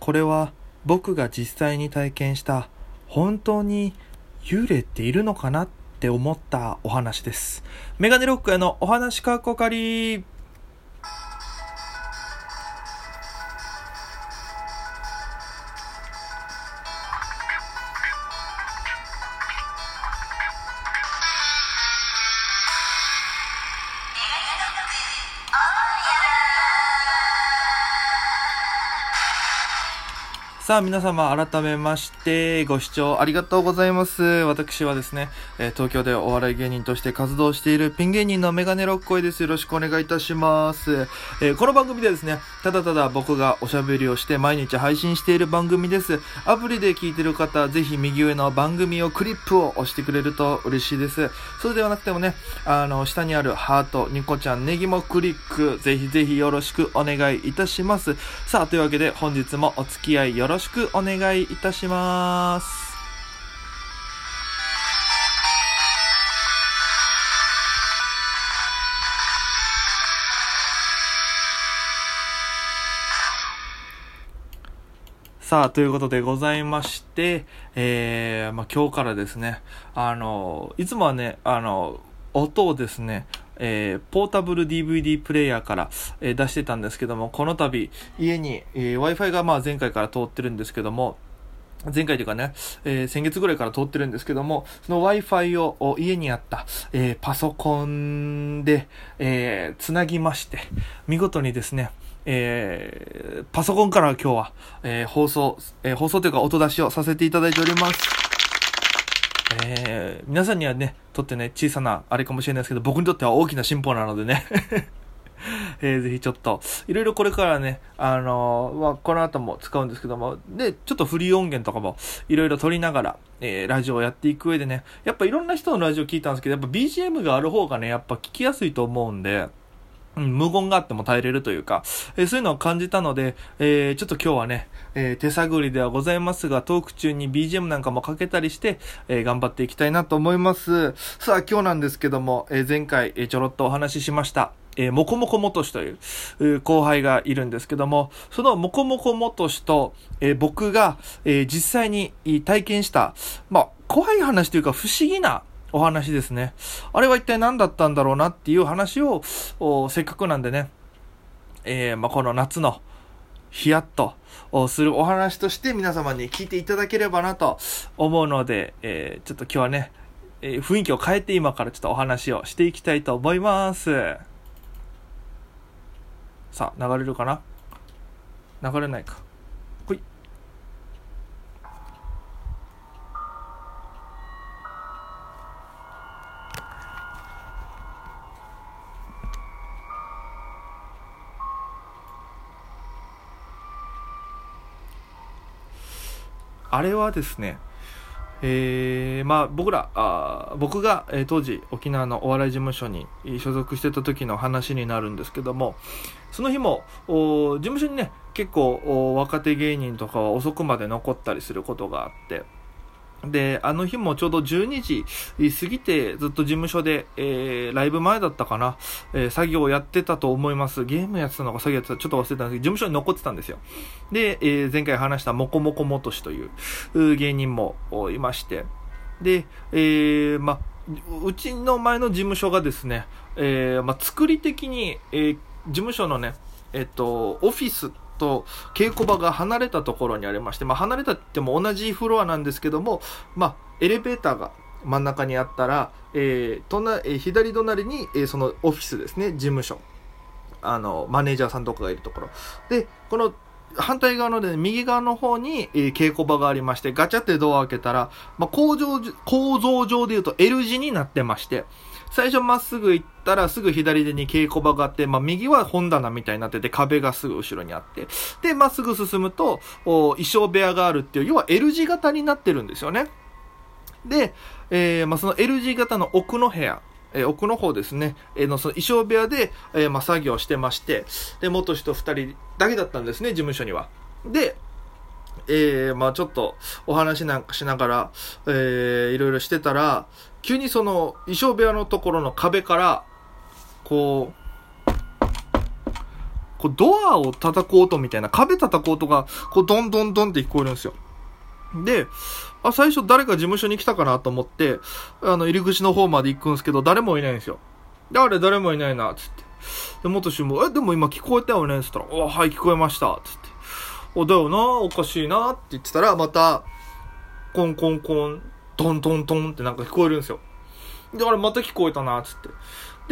これは僕が実際に体験した本当に幽霊っているのかなって思ったお話です。メガネロックへのお話かっこかり。さあ皆様改めましてご視聴ありがとうございます。私はですね、東京でお笑い芸人として活動しているピン芸人のメガネロッコイです。よろしくお願いいたします。この番組ではですね、ただただ僕がおしゃべりをして毎日配信している番組です。アプリで聞いている方、ぜひ右上の番組をクリップを押してくれると嬉しいです。そうではなくてもね、下にあるハート、ニコちゃん、ネギもクリック、ぜひぜひよろしくお願いいたします。さあ、というわけで本日もお付き合いよろしくお願いいたします。さあ、ということでございまして、今日からですね、いつもはね、音をですね、ポータブル DVD プレイヤーから、出してたんですけども、この度家に、Wi-Fi が前回から通ってるんですけども、前回というかね、先月ぐらいから通ってるんですけども、その Wi-Fi を家にあった、パソコンで、つなぎまして、見事にですね、パソコンから今日は、放送というか音出しをさせていただいております。皆さんにはね、とってね、小さなあれかもしれないですけど、僕にとっては大きな進歩なのでね、ぜひちょっと、いろいろこれからね、この後も使うんですけども、で、ちょっとフリー音源とかもいろいろ撮りながら、ラジオをやっていく上でね、やっぱいろんな人のラジオ聞いたんですけど、やっぱ BGM がある方がね、やっぱ聞きやすいと思うんで、無言があっても耐えれるというか、そういうのを感じたので、ちょっと今日はね、手探りではございますが、トーク中に BGM なんかもかけたりして、頑張っていきたいなと思います。さあ今日なんですけども、前回、ちょろっとお話ししました。もこもこもとしという後輩がいるんですけども、そのもこもこもとしと、僕が、実際に体験した、怖い話というか不思議なお話ですね。あれは一体何だったんだろうなっていう話をせっかくなんでね、この夏のヒヤッとするお話として皆様に聞いていただければなと思うので、ちょっと今日はね、雰囲気を変えて今からちょっとお話をしていきたいと思います。さあ、流れるかな？流れないか。ほい。あれはですね、僕が、当時沖縄のお笑い事務所に所属してた時の話になるんですけども、その日も事務所にね、結構若手芸人とかは遅くまで残ったりすることがあって、で、あの日もちょうど12時過ぎてずっと事務所で、ライブ前だったかな、作業をやってたと思います。ゲームやってたのか作業やってたちょっと忘れたんですけど、事務所に残ってたんですよ。で、前回話したもこもこもとしという芸人もいまして、で、うちの前の事務所がですね、作り的に、事務所のね、オフィスと稽古場が離れたところにありまして、離れたって言っても同じフロアなんですけども、エレベーターが真ん中にあったら、左隣に、そのオフィスですね、事務所、マネージャーさんとかがいるところで、この反対側ので、右側の方に、稽古場がありまして、ガチャってドアを開けたら、構造上で言うと L 字になってまして、最初まっすぐ行ったらすぐ左手に稽古場があって、右は本棚みたいになってて、壁がすぐ後ろにあって、で、まっすぐ進むと、衣装部屋があるっていう、要は L 字型になってるんですよね。で、その L 字型の奥の部屋、奥の方ですね、その衣装部屋で、作業してまして、で、元人2人だけだったんですね、事務所には。で、ちょっとお話なんかしながら、いろいろしてたら、急にその衣装部屋のところの壁から、ここうドアを叩く音みたいな、壁叩く音が、こうドンドンドンって聞こえるんですよ。で、最初誰か事務所に来たかなと思って、入り口の方まで行くんですけど、誰もいないんですよ。で、あれ誰もいないな、つって。で、元氏も、でも今聞こえたよねつったら、はい、聞こえました、つって。だよな、おかしいな、って言ってたら、また、コンコンコン、トントントンってなんか聞こえるんですよ。で、あれまた聞こえたな、つって。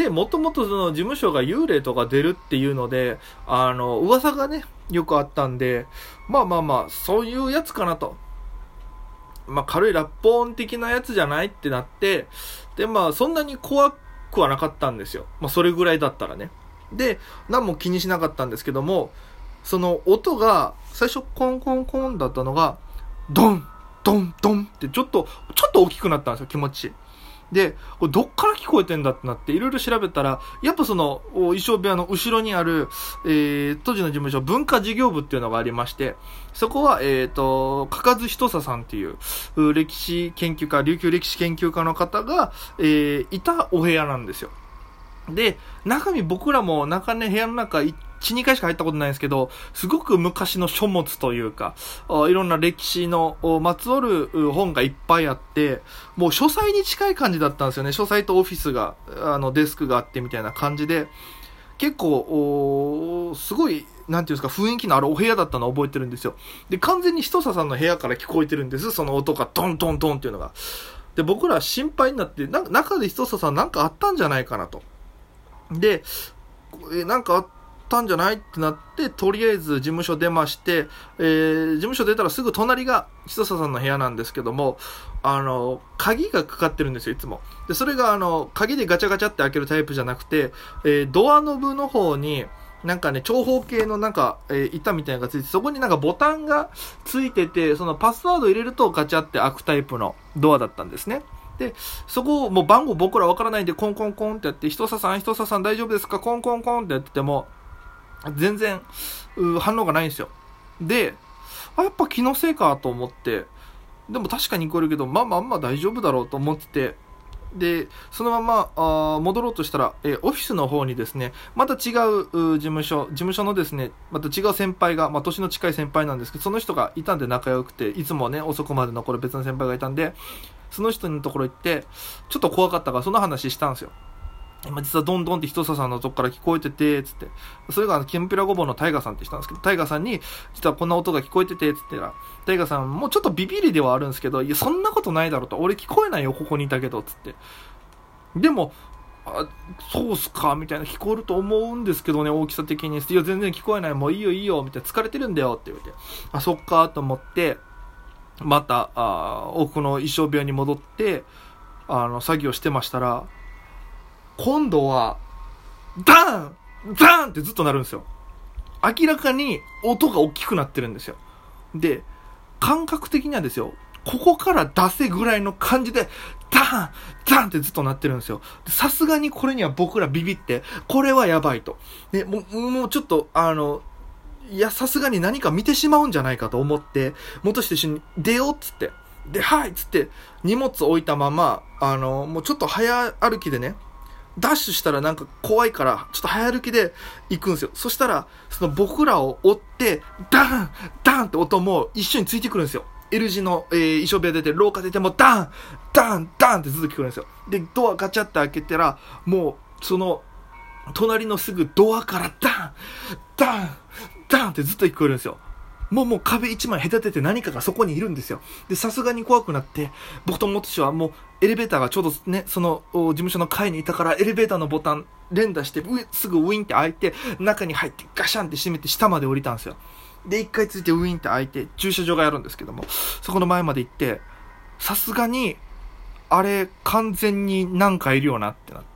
で、もともとその事務所が幽霊とか出るっていうので、噂がね、よくあったんで、まあ、そういうやつかなと。軽いラッポ音的なやつじゃないってなって、で、そんなに怖くはなかったんですよ。それぐらいだったらね。で、何も気にしなかったんですけども、その音が、最初コンコンコンだったのが、ドンドンドンってちょっと大きくなったんですよ、気持ち。で、これどっから聞こえてんだってなって、いろいろ調べたら、やっぱその、衣装部屋の後ろにある、当時の事務所、文化事業部っていうのがありまして、そこは、かかずひとささんっていう、歴史研究家、琉球歴史研究家の方が、いたお部屋なんですよ。で、中身僕らも部屋の中1、2回しか入ったことないんですけど、すごく昔の書物というか、いろんな歴史のまつわる本がいっぱいあって、もう書斎に近い感じだったんですよね。書斎とオフィスが、デスクがあってみたいな感じで、結構、すごい、なんていうんですか、雰囲気のあるお部屋だったのを覚えてるんですよ。で、完全にひとささんの部屋から聞こえてるんです。その音がトントントンっていうのが。で、僕ら心配になって、中でひとささんなんかあったんじゃないかなと。で、なんかあったんじゃないってなって、とりあえず事務所出まして、事務所出たらすぐ隣がひとささんの部屋なんですけども、鍵がかかってるんですよ、いつも。で、それが鍵でガチャガチャって開けるタイプじゃなくて、ドアノブの方に、長方形の板みたいなのがついて、そこにボタンがついてて、そのパスワード入れるとガチャって開くタイプのドアだったんですね。で、そこをもう番号僕らわからないんでコンコンコンってやって、ひとささん大丈夫ですかコンコンコンってやってても、全然反応がないんですよ。で、やっぱ気のせいかと思って、でも確かに聞こえるけど、大丈夫だろうと思ってて、で、そのまま戻ろうとしたら、オフィスの方にですね、また違う事務所のですね、また違う先輩が、年の近い先輩なんですけど、その人がいたんで仲良くて、いつもね、遅くまで残る別の先輩がいたんで、その人のところ行って、ちょっと怖かったから、その話したんですよ。今実はドンドンってひとささんのとこから聞こえてて、つって。それがきんぴらごぼうのタイガさんって人なんですけど、タイガさんに、実はこんな音が聞こえてて、つってら、タイガさんもちょっとビビりではあるんですけど、いや、そんなことないだろうと。俺聞こえないよ、ここにいたけど、つって。でも、そうっすか、みたいな、聞こえると思うんですけどね、大きさ的に。いや、全然聞こえない、もういいよ、みたいな、疲れてるんだよ、って言われて。そっか、と思って、また、奥の衣装部屋に戻って、作業してましたら、今度は、ダーンダーンってずっと鳴るんですよ。明らかに音が大きくなってるんですよ。で、感覚的にはですよ、ここから出せぐらいの感じで、ダーンダーンってずっと鳴ってるんですよ。さすがにこれには僕らビビって、これはやばいと。で、もうちょっと、さすがに何か見てしまうんじゃないかと思って、元と一緒に出ようっつって。で、はいっつって、荷物置いたまま、もうちょっと早歩きでね、ダッシュしたら怖いから、ちょっと早歩きで行くんですよ。そしたら、その僕らを追って、ダーンダーンって音も一緒についてくるんですよ。L 字の、衣装部屋出て、廊下出ても、ダーンダーンダーンって続きくるんですよ。で、ドアガチャって開けたら、もう、その、隣のすぐドアからダーンダーンダーンってずっと聞こえるんですよ。もう壁一枚隔てて何かがそこにいるんですよ。で、さすがに怖くなって、僕と元氏はもうエレベーターがちょうどね、その事務所の階にいたからエレベーターのボタン連打して、すぐウィンって開いて、中に入ってガシャンって閉めて下まで降りたんですよ。で、一回ついてウィンって開いて、駐車場があるんですけども、そこの前まで行って、さすがに、あれ完全になんかいるよなってなって。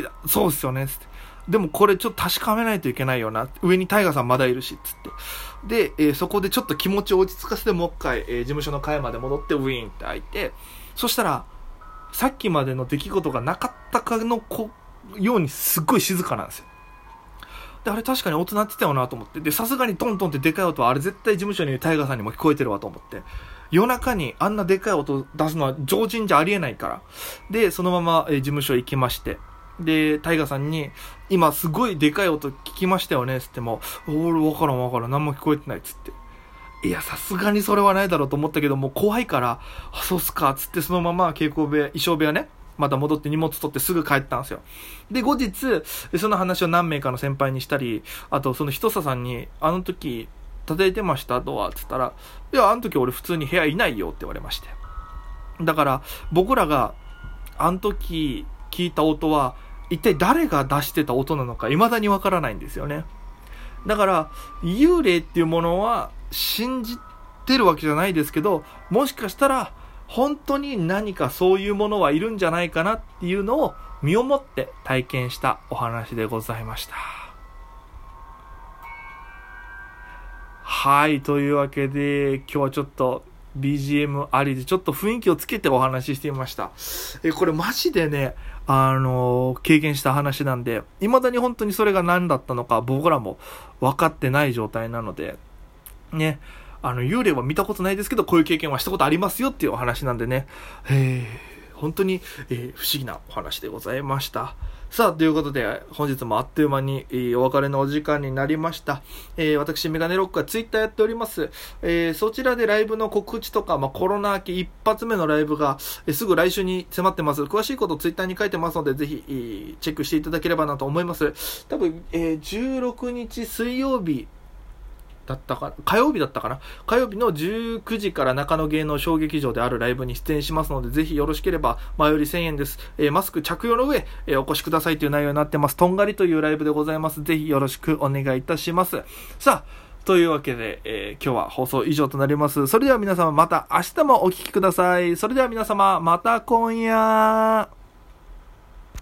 で、そうっすよね、つって。でもこれちょっと確かめないといけないよな。上にタイガーさんまだいるし、つって。で、そこでちょっと気持ちを落ち着かせてもう一回、事務所の階まで戻ってウィーンって開いて、そしたら、さっきまでの出来事がなかったかのようにすっごい静かなんですよ。で、あれ確かに音鳴ってたよなと思って。で、さすがにトントンってでかい音はあれ絶対事務所にいるタイガーさんにも聞こえてるわと思って。夜中にあんなでかい音出すのは常人じゃありえないから。で、そのまま、事務所行きまして。 で、タイガさんに、今すごいでかい音聞きましたよねつっても、俺わからん、何も聞こえてないっつって。いや、さすがにそれはないだろうと思ったけど、もう怖いから、あ、そうっすか、つってそのまま稽古部屋、衣装部屋ね、また戻って荷物取ってすぐ帰ったんですよ。で、後日、その話を何名かの先輩にしたり、あとそのひとささんに、あの時、叩いてましたドアつったら、いや、あの時俺普通に部屋いないよって言われまして。だから、僕らが、あの時聞いた音は、一体誰が出してた音なのか未だにわからないんですよね。だから、幽霊っていうものは信じてるわけじゃないですけど、もしかしたら、本当に何かそういうものはいるんじゃないかなっていうのを身をもって体験したお話でございました。はい、というわけで、今日はちょっと BGM ありでちょっと雰囲気をつけてお話ししてみました。これマジでね、経験した話なんで、未だに本当にそれが何だったのか僕らも分かってない状態なので、ね、幽霊は見たことないですけど、こういう経験はしたことありますよっていうお話なんでね、本当に、不思議なお話でございました。さあ、ということで、本日もあっという間に、お別れのお時間になりました。私、メガネロックはツイッターやっております。そちらでライブの告知とか、コロナ明け一発目のライブが、すぐ来週に迫ってます。詳しいことツイッターに書いてますので、ぜひ、チェックしていただければなと思います。多分、16日水曜日、だったか火曜日だったかな、火曜日の19時から中野芸能小劇場であるライブに出演しますので、ぜひよろしければ前より1000円です。マスク着用の上、お越しくださいという内容になってます。とんがりというライブでございます。ぜひよろしくお願いいたします。さあ、というわけで、今日は放送以上となります。それでは皆様また明日もお聞きください。それでは皆様また今夜。